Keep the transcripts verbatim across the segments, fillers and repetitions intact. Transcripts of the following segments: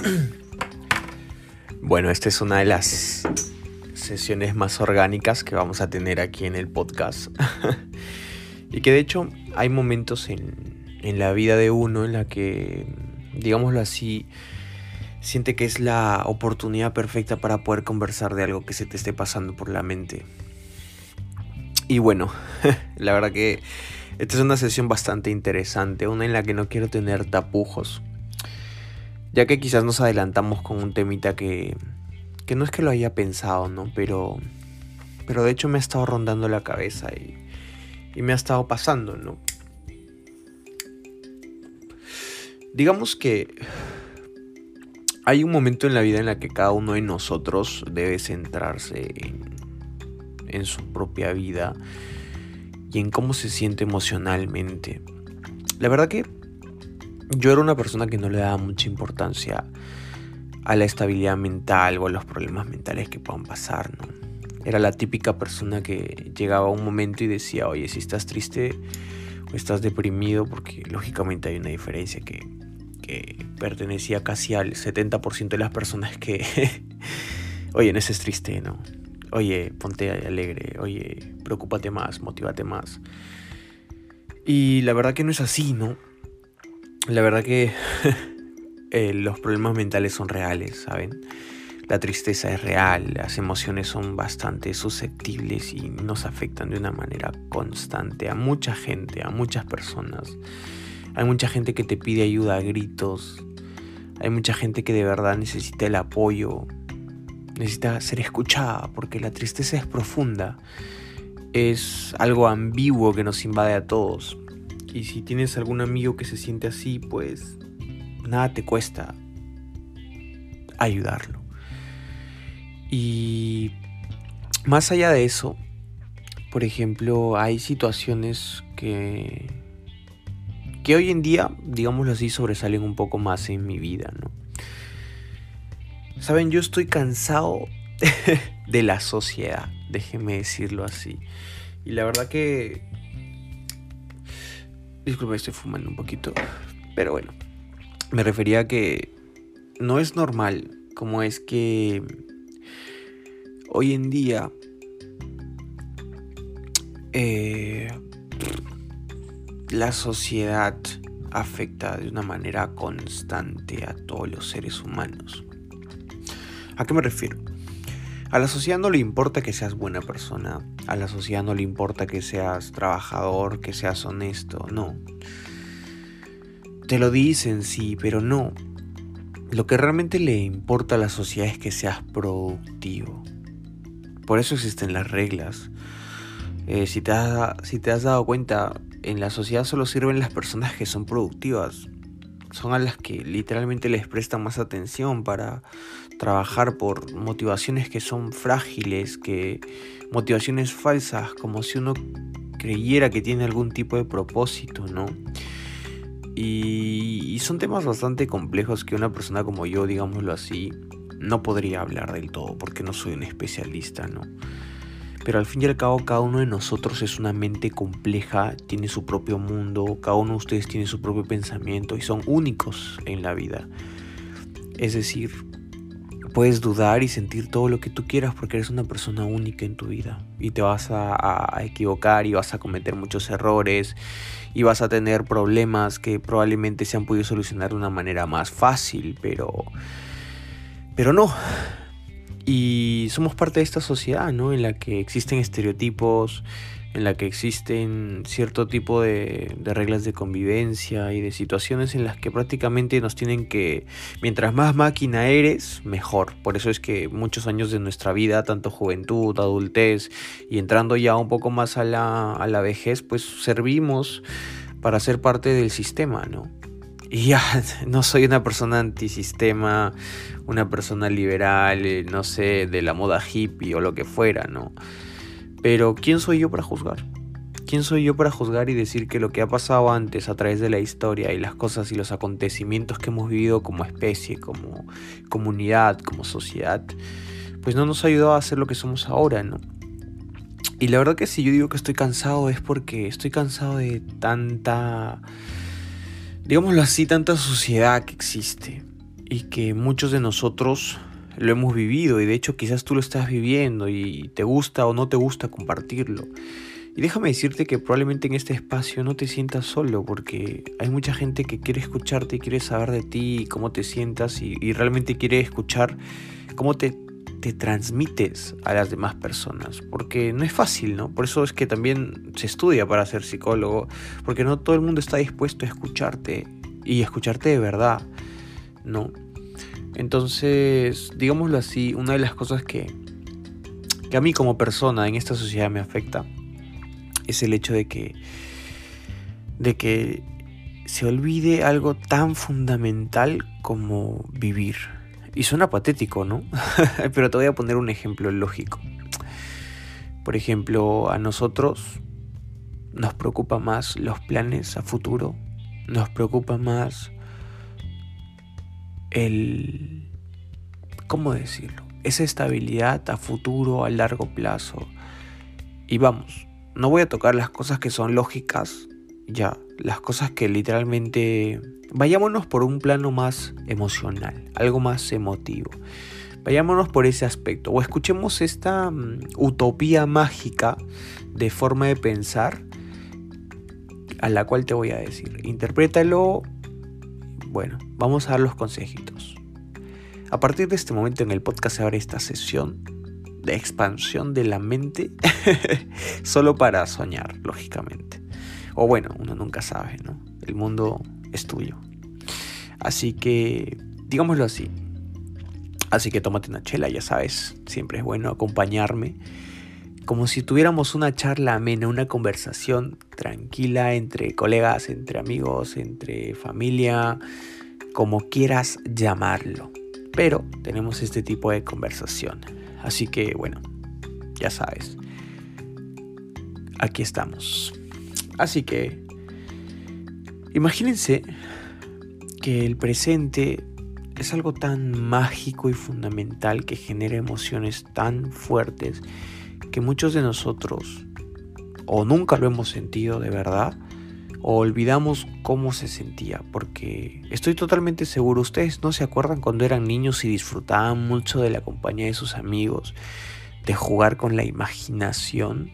Bueno, esta es una de las sesiones más orgánicas que vamos a tener aquí en el podcast. Y que de hecho hay momentos en, en la vida de uno en la que, digámoslo así, siente que es la oportunidad perfecta para poder conversar de algo que se te esté pasando por la mente. Y bueno, la verdad que esta es una sesión bastante interesante, una en la que no quiero tener tapujos, ya que quizás nos adelantamos con un temita que, que no es que lo haya pensado, ¿no? Pero, pero de hecho me ha estado rondando la cabeza y, y me ha estado pasando, ¿no? Digamos que hay un momento en la vida en la que cada uno de nosotros debe centrarse en, en su propia vida y en cómo se siente emocionalmente. La verdad que yo era una persona que no le daba mucha importancia a la estabilidad mental o a los problemas mentales que puedan pasar, ¿no? Era la típica persona que llegaba a un momento y decía, oye, si estás triste o estás deprimido, porque lógicamente hay una diferencia que, que pertenecía casi al setenta por ciento de las personas que, oye, no estés triste, ¿no? Oye, ponte alegre, oye, preocúpate más, motívate más. Y la verdad que no es así, ¿no? La verdad que eh, los problemas mentales son reales, ¿saben? La tristeza es real, las emociones son bastante susceptibles y nos afectan de una manera constante a mucha gente, a muchas personas. Hay mucha gente que te pide ayuda a gritos, hay mucha gente que de verdad necesita el apoyo, necesita ser escuchada, porque la tristeza es profunda, es algo ambiguo que nos invade a todos. Y si tienes algún amigo que se siente así, pues nada te cuesta ayudarlo. Y más allá de eso, por ejemplo, hay situaciones que, que hoy en día, digámoslo así, sobresalen un poco más en mi vida, ¿no? Saben, yo estoy cansado de la sociedad, déjenme decirlo así. Y la verdad que... Disculpe, estoy fumando un poquito. Pero bueno, me refería a que no es normal como es que hoy en día eh, la sociedad afecta de una manera constante a todos los seres humanos. ¿A qué me refiero? A la sociedad no le importa que seas buena persona, a la sociedad no le importa que seas trabajador, que seas honesto, no. Te lo dicen, sí, pero no. Lo que realmente le importa a la sociedad es que seas productivo. Por eso existen las reglas. Eh, si te has, si te has dado cuenta, en la sociedad solo sirven las personas que son productivas. Son a las que literalmente les prestan más atención para trabajar por motivaciones que son frágiles, que motivaciones falsas, como si uno creyera que tiene algún tipo de propósito, ¿no? Y, y son temas bastante complejos que una persona como yo, digámoslo así, no podría hablar del todo porque no soy un especialista, ¿no? Pero al fin y al cabo cada uno de nosotros es una mente compleja, tiene su propio mundo, cada uno de ustedes tiene su propio pensamiento y son únicos en la vida. Es decir, puedes dudar y sentir todo lo que tú quieras porque eres una persona única en tu vida y te vas a, a, a equivocar y vas a cometer muchos errores y vas a tener problemas que probablemente se han podido solucionar de una manera más fácil, pero, pero no. Y somos parte de esta sociedad, ¿no? En la que existen estereotipos, en la que existen cierto tipo de, de reglas de convivencia y de situaciones en las que prácticamente nos tienen que... Mientras más máquina eres, mejor. Por eso es que muchos años de nuestra vida, tanto juventud, adultez y entrando ya un poco más a la, a la vejez, pues servimos para ser parte del sistema, ¿no? Y ya, no soy una persona antisistema, una persona liberal, eh, no sé, de la moda hippie o lo que fuera, ¿no? Pero ¿quién soy yo para juzgar? ¿Quién soy yo para juzgar y decir que lo que ha pasado antes a través de la historia y las cosas y los acontecimientos que hemos vivido como especie, como comunidad, como sociedad, pues no nos ha ayudado a ser lo que somos ahora, ¿no? Y la verdad que si yo digo que estoy cansado es porque estoy cansado de tanta... digámoslo así, tanta suciedad que existe. y que muchos de nosotros lo hemos vivido, y de hecho quizás tú lo estás viviendo y te gusta o no te gusta compartirlo. Y déjame decirte que probablemente en este espacio no te sientas solo, porque hay mucha gente que quiere escucharte y quiere saber de ti, cómo te sientas, y, y realmente quiere escuchar cómo te, te transmites a las demás personas, porque no es fácil, ¿no? Por eso es que también se estudia para ser psicólogo, porque no todo el mundo está dispuesto a escucharte, y escucharte de verdad, ¿no? Entonces, digámoslo así, una de las cosas que, que a mí como persona en esta sociedad me afecta es el hecho de que, de que se olvide algo tan fundamental como vivir. Y suena patético, ¿no? Pero te voy a poner un ejemplo lógico. Por ejemplo, a nosotros nos preocupa más los planes a futuro, nos preocupa más el... ¿cómo decirlo? Esa estabilidad a futuro, a largo plazo. Y vamos, no voy a tocar las cosas que son lógicas, ya, las cosas que literalmente... Vayámonos por un plano más emocional, algo más emotivo. Vayámonos por ese aspecto, o escuchemos esta um, utopía mágica de forma de pensar, a la cual te voy a decir. Interprétalo. Bueno, vamos a dar los consejitos. A partir de este momento en el podcast se abre esta sesión de expansión de la mente solo para soñar, lógicamente. O bueno, uno nunca sabe, ¿no? El mundo es tuyo. Así que, digámoslo así. Así que tómate una chela, ya sabes. Siempre es bueno acompañarme. Como si tuviéramos una charla amena, una conversación tranquila entre colegas, entre amigos, entre familia, como quieras llamarlo. Pero tenemos este tipo de conversación. Así que, bueno, ya sabes. Aquí estamos. Así que, imagínense que el presente es algo tan mágico y fundamental que genera emociones tan fuertes que muchos de nosotros o nunca lo hemos sentido de verdad o olvidamos cómo se sentía, porque estoy totalmente seguro, ustedes no se acuerdan cuando eran niños y disfrutaban mucho de la compañía de sus amigos, de jugar con la imaginación,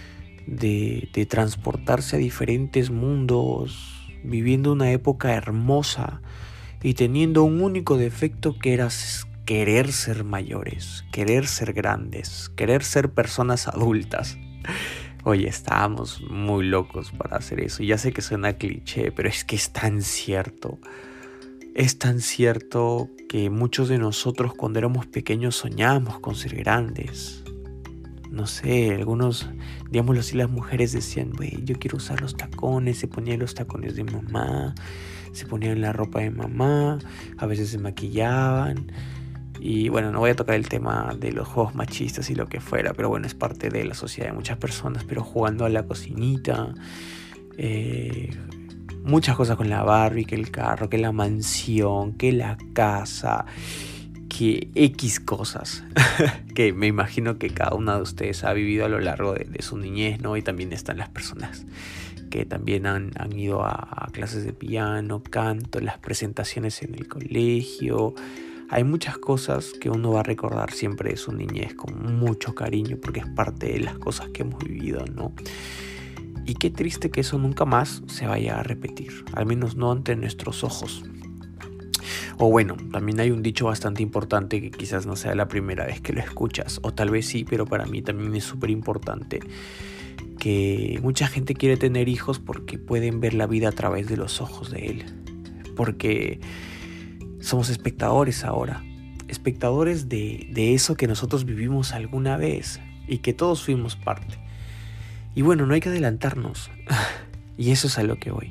de, de transportarse a diferentes mundos, viviendo una época hermosa y teniendo un único defecto que era querer ser mayores, querer ser grandes, querer ser personas adultas. Oye, estábamos muy locos para hacer eso. Ya sé que suena cliché, pero es que es tan cierto. Es tan cierto que muchos de nosotros cuando éramos pequeños soñábamos con ser grandes. No sé, algunos, digámoslo así, las mujeres decían, güey, yo quiero usar los tacones, se ponían los tacones de mamá, se ponían la ropa de mamá, a veces se maquillaban. Y bueno, no voy a tocar el tema de los juegos machistas y lo que fuera, pero bueno, es parte de la sociedad de muchas personas, pero jugando a la cocinita, eh, muchas cosas con la Barbie, que el carro, que la mansión, que la casa, que X cosas, que me imagino que cada una de ustedes ha vivido a lo largo de, de su niñez, ¿no? Y también están las personas que también han, han ido a, a clases de piano, canto, las presentaciones en el colegio. Hay muchas cosas que uno va a recordar siempre de su niñez con mucho cariño porque es parte de las cosas que hemos vivido, ¿no? Y qué triste que eso nunca más se vaya a repetir, al menos no ante nuestros ojos. O bueno, también hay un dicho bastante importante que quizás no sea la primera vez que lo escuchas, o tal vez sí, pero para mí también es súper importante, que mucha gente quiere tener hijos porque pueden ver la vida a través de los ojos de él, porque somos espectadores ahora, espectadores de, de eso que nosotros vivimos alguna vez y que todos fuimos parte. Y bueno, no hay que adelantarnos, y eso es a lo que voy.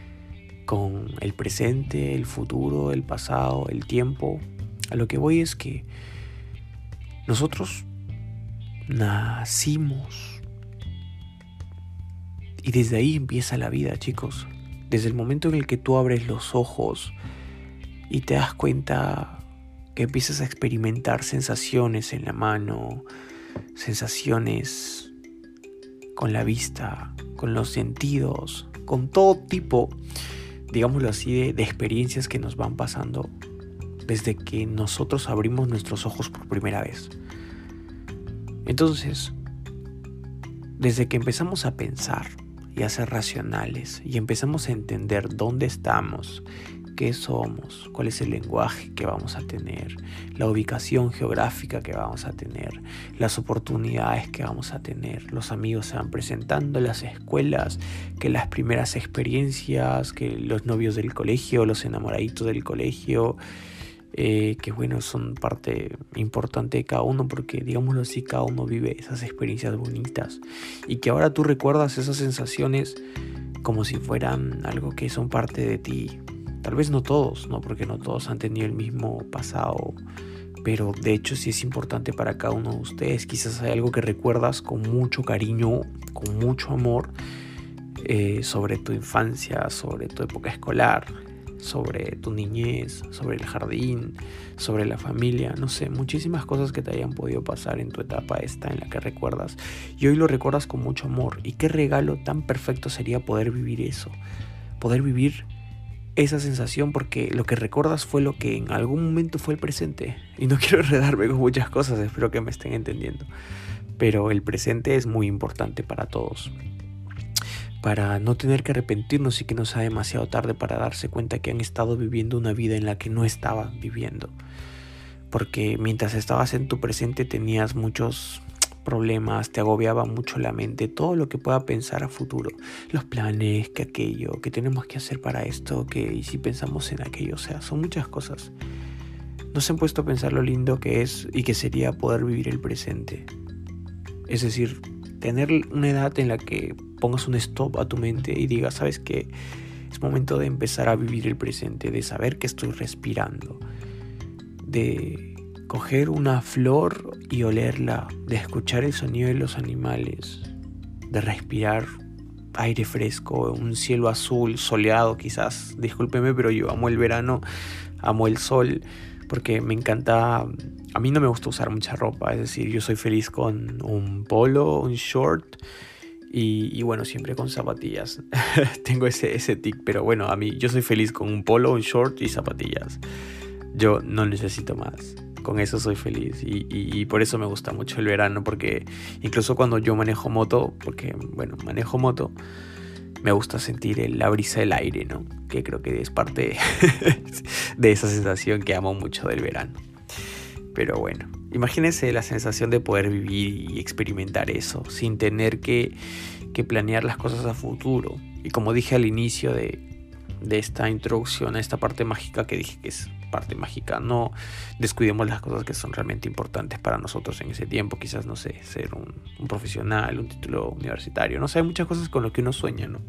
Con el presente, el futuro, el pasado, el tiempo, a lo que voy es que nosotros nacimos y desde ahí empieza la vida, chicos. Desde el momento en el que tú abres los ojos y te das cuenta que empiezas a experimentar sensaciones en la mano, sensaciones con la vista, con los sentidos, con todo tipo, digámoslo así, de, de experiencias que nos van pasando. desde que nosotros abrimos nuestros ojos por primera vez. Entonces, desde que empezamos a pensar y a ser racionales y empezamos a entender dónde estamos, qué somos, cuál es el lenguaje que vamos a tener, la ubicación geográfica que vamos a tener, las oportunidades que vamos a tener, los amigos se van presentando, las escuelas, que las primeras experiencias, que los novios del colegio, los enamoraditos del colegio, eh, que bueno, son parte importante de cada uno, porque digámoslo así, cada uno vive esas experiencias bonitas y que ahora tú recuerdas esas sensaciones como si fueran algo que son parte de ti. Tal vez no todos, ¿no? Porque no todos han tenido el mismo pasado, pero de hecho sí es importante para cada uno de ustedes. Quizás hay algo que recuerdas con mucho cariño, con mucho amor, eh, sobre tu infancia, sobre tu época escolar, sobre tu niñez, sobre el jardín, sobre la familia, no sé, muchísimas cosas que te hayan podido pasar en tu etapa esta en la que recuerdas. Y hoy lo recuerdas con mucho amor. Y qué regalo tan perfecto sería poder vivir eso, poder vivir esa sensación, porque lo que recuerdas fue lo que en algún momento fue el presente. Y no quiero enredarme con muchas cosas, espero que me estén entendiendo. Pero el presente es muy importante para todos, para no tener que arrepentirnos y que no sea demasiado tarde para darse cuenta que han estado viviendo una vida en la que no estaban viviendo. Porque mientras estabas en tu presente tenías muchos problemas, te agobiaba mucho la mente, todo lo que pueda pensar a futuro, los planes, que aquello, que tenemos que hacer para esto, que y si pensamos en aquello, o sea, son muchas cosas. No se han puesto a pensar lo lindo que es y que sería poder vivir el presente. Es decir, tener una edad en la que pongas un stop a tu mente y digas, ¿sabes qué? Es momento de empezar a vivir el presente, de saber que estoy respirando, de coger una flor y olerla, de escuchar el sonido de los animales, de respirar aire fresco, un cielo azul, soleado quizás. Discúlpeme, pero yo amo el verano, amo el sol, porque me encanta. A mí no me gusta usar mucha ropa, es decir, yo soy feliz con un polo, un short y, y bueno, siempre con zapatillas. Tengo ese, ese tic, pero bueno, a mí yo soy feliz con un polo, un short y zapatillas. Yo no necesito más. Con eso soy feliz y, y, y por eso me gusta mucho el verano, porque incluso cuando yo manejo moto, porque bueno, manejo moto, me gusta sentir el, la brisa del aire, ¿no? Que creo que es parte de esa sensación que amo mucho del verano. Pero bueno, imagínense la sensación de poder vivir y experimentar eso sin tener que, que planear las cosas a futuro. Y como dije al inicio de, de esta introducción a esta parte mágica que dije que es parte mágica, no descuidemos las cosas que son realmente importantes para nosotros en ese tiempo. Quizás, no sé, ser un, un profesional, un título universitario, no sé, hay muchas cosas con lo que uno sueña, ¿no?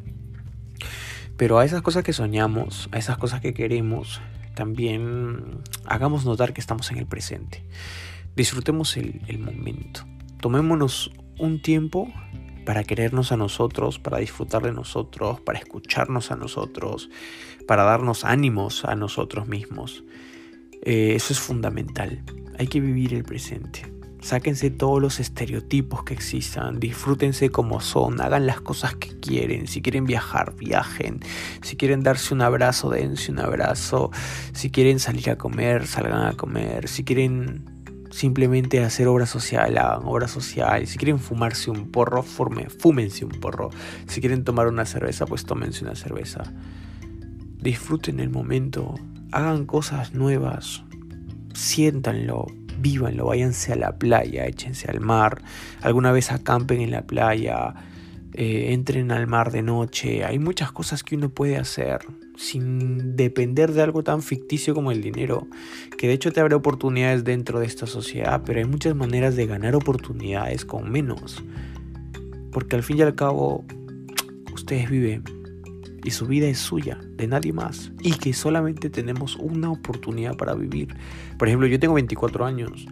Pero a esas cosas que soñamos, a esas cosas que queremos, también hagamos notar que estamos en el presente. Disfrutemos el, el momento, tomémonos un tiempo para querernos a nosotros, para disfrutar de nosotros, para escucharnos a nosotros, para darnos ánimos a nosotros mismos. Eh, eso es fundamental. Hay que vivir el presente. Sáquense todos los estereotipos que existan, disfrútense como son, hagan las cosas que quieren. Si quieren viajar, viajen. Si quieren darse un abrazo, dense un abrazo. Si quieren salir a comer, salgan a comer. Si quieren simplemente hacer obra social, hagan obra social. Si quieren fumarse un porro, fume, fúmense un porro. Si quieren tomar una cerveza, pues tómense una cerveza. Disfruten el momento, hagan cosas nuevas, siéntanlo, vívanlo, váyanse a la playa, échense al mar, alguna vez acampen en la playa, eh, entren al mar de noche. Hay muchas cosas que uno puede hacer sin depender de algo tan ficticio como el dinero, que de hecho te abre oportunidades dentro de esta sociedad, pero hay muchas maneras de ganar oportunidades con menos, porque al fin y al cabo ustedes viven y su vida es suya, de nadie más, y que solamente tenemos una oportunidad para vivir. Por ejemplo, yo tengo veinticuatro años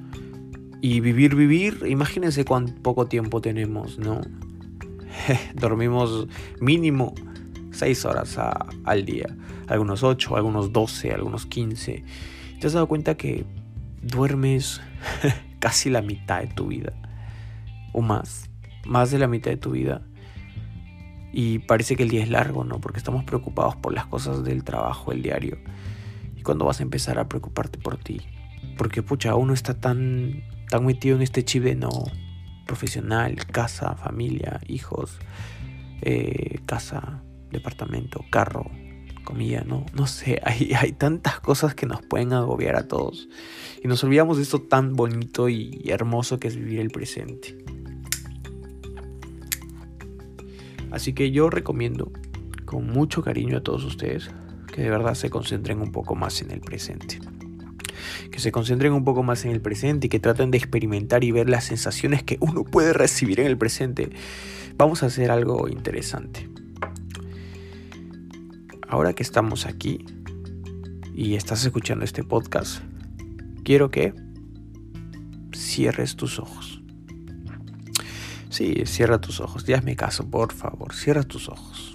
y vivir, vivir, imagínense cuán poco tiempo tenemos, ¿no? Dormimos mínimo seis horas a, al día, algunos ocho, algunos doce, algunos quince. ¿Te has dado cuenta que duermes casi la mitad de tu vida? O más, más de la mitad de tu vida. Y parece que el día es largo, ¿no? Porque estamos preocupados por las cosas del trabajo, el diario. Y cuándo vas a empezar a preocuparte por ti? Porque pucha, uno está tan, tan metido en este chip de no, profesional, casa, familia, hijos, eh, casa, departamento, carro, comida, ¿no? No sé, hay, hay tantas cosas que nos pueden agobiar a todos. Y nos olvidamos de esto tan bonito y hermoso que es vivir el presente. Así que yo recomiendo con mucho cariño a todos ustedes que de verdad se concentren un poco más en el presente. Que se concentren un poco más en el presente y que traten de experimentar y ver las sensaciones que uno puede recibir en el presente. Vamos a hacer algo interesante. Ahora que estamos aquí y estás escuchando este podcast, quiero que cierres tus ojos. Sí, cierra tus ojos. Y hazme caso, por favor. Cierra tus ojos.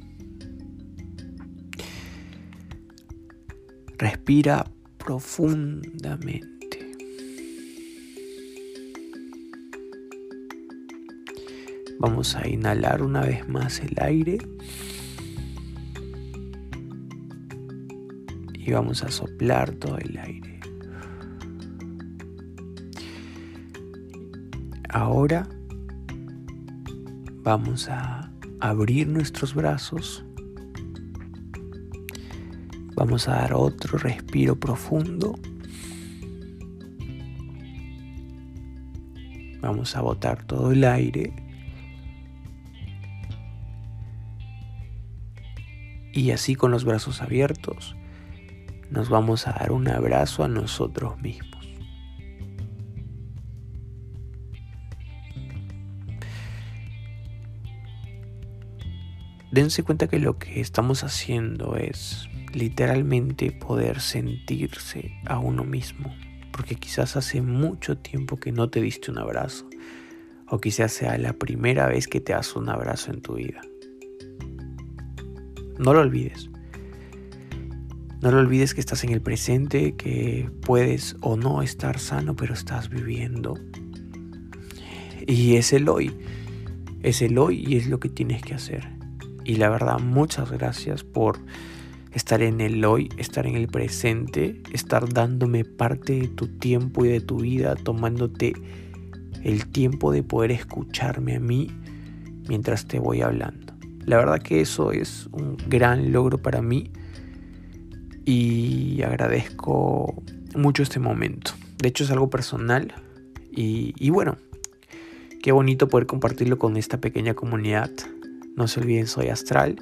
Respira profundamente. Vamos a inhalar una vez más el aire. Y vamos a soplar todo el aire. Ahora vamos a abrir nuestros brazos. Vamos a dar otro respiro profundo. Vamos a botar todo el aire. Y así con los brazos abiertos, nos vamos a dar un abrazo a nosotros mismos. Dense cuenta que lo que estamos haciendo es literalmente poder sentirse a uno mismo, porque quizás hace mucho tiempo que no te diste un abrazo, o quizás sea la primera vez que te das un abrazo en tu vida. No lo olvides. No lo olvides que estás en el presente, que puedes o no estar sano, pero estás viviendo. Y es el hoy. Es el hoy y es lo que tienes que hacer. Y la verdad, muchas gracias por estar en el hoy, estar en el presente, estar dándome parte de tu tiempo y de tu vida, tomándote el tiempo de poder escucharme a mí mientras te voy hablando. La verdad que eso es un gran logro para mí y agradezco mucho este momento. De hecho es algo personal y, y bueno, qué bonito poder compartirlo con esta pequeña comunidad. No se olviden, soy Astral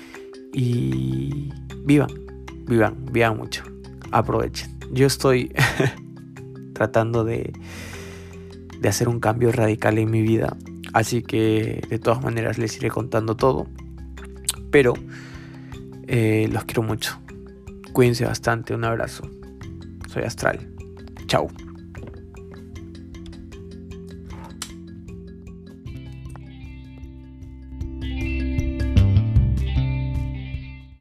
y vivan, vivan, vivan mucho, aprovechen. Yo estoy tratando de, de hacer un cambio radical en mi vida, así que de todas maneras les iré contando todo, pero eh, los quiero mucho. Cuídense bastante, un abrazo. Soy Astral. Chao.